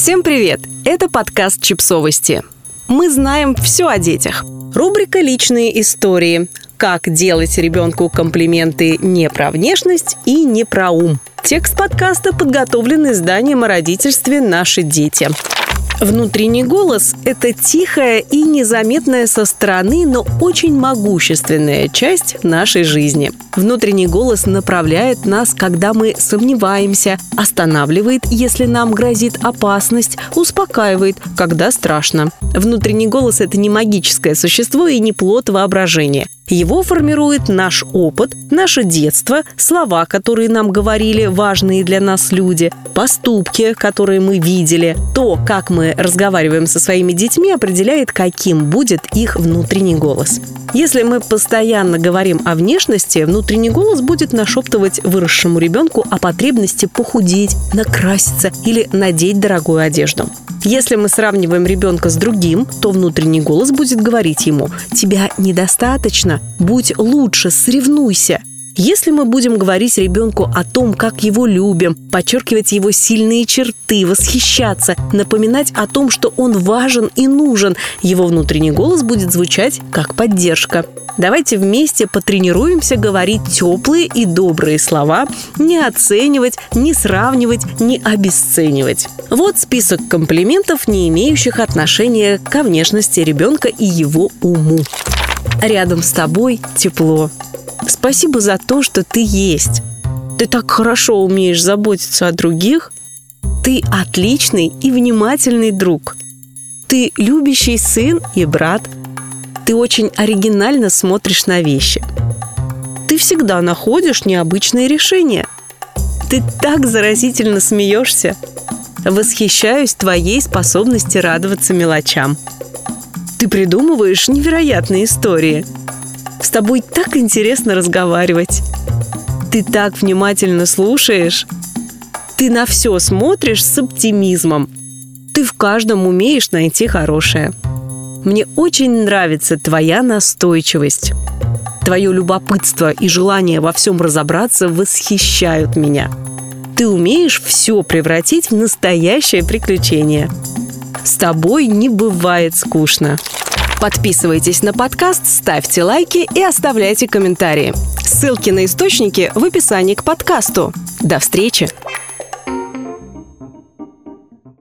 Всем привет! Это подкаст «Чипсовости». Мы знаем все о детях. Рубрика «Личные истории». Как делать ребенку комплименты не про внешность и не про ум. Текст подкаста подготовлен изданием о родительстве «Наши дети». Внутренний голос – это тихая и незаметная со стороны, но очень могущественная часть нашей жизни. Внутренний голос направляет нас, когда мы сомневаемся, останавливает, если нам грозит опасность, успокаивает, когда страшно. Внутренний голос – это не магическое существо и не плод воображения. Его формирует наш опыт, наше детство, слова, которые нам говорили важные для нас люди, поступки, которые мы видели. То, как мы разговариваем со своими детьми, определяет, каким будет их внутренний голос. Если мы постоянно говорим о внешности, внутренний голос будет нашептывать выросшему ребенку о потребности похудеть, накраситься или надеть дорогую одежду. Если мы сравниваем ребенка с другим, то внутренний голос будет говорить ему: «Тебя недостаточно, будь лучше, соревнуйся». Если мы будем говорить ребенку о том, как его любим, подчеркивать его сильные черты, восхищаться, напоминать о том, что он важен и нужен, его внутренний голос будет звучать как поддержка. Давайте вместе потренируемся говорить теплые и добрые слова, не оценивать, не сравнивать, не обесценивать. Вот список комплиментов, не имеющих отношения ко внешности ребенка и его уму. Рядом с тобой тепло. Спасибо за то, что ты есть. Ты так хорошо умеешь заботиться о других. Ты отличный и внимательный друг. Ты любящий сын и брат. Ты очень оригинально смотришь на вещи. Ты всегда находишь необычные решения. Ты так заразительно смеешься. Восхищаюсь твоей способностью радоваться мелочам. Ты придумываешь невероятные истории. С тобой так интересно разговаривать. Ты так внимательно слушаешь. Ты на все смотришь с оптимизмом. Ты в каждом умеешь найти хорошее. Мне очень нравится твоя настойчивость. Твое любопытство и желание во всем разобраться восхищают меня. Ты умеешь все превратить в настоящее приключение. С тобой не бывает скучно. Подписывайтесь на подкаст, ставьте лайки и оставляйте комментарии. Ссылки на источники в описании к подкасту. До встречи!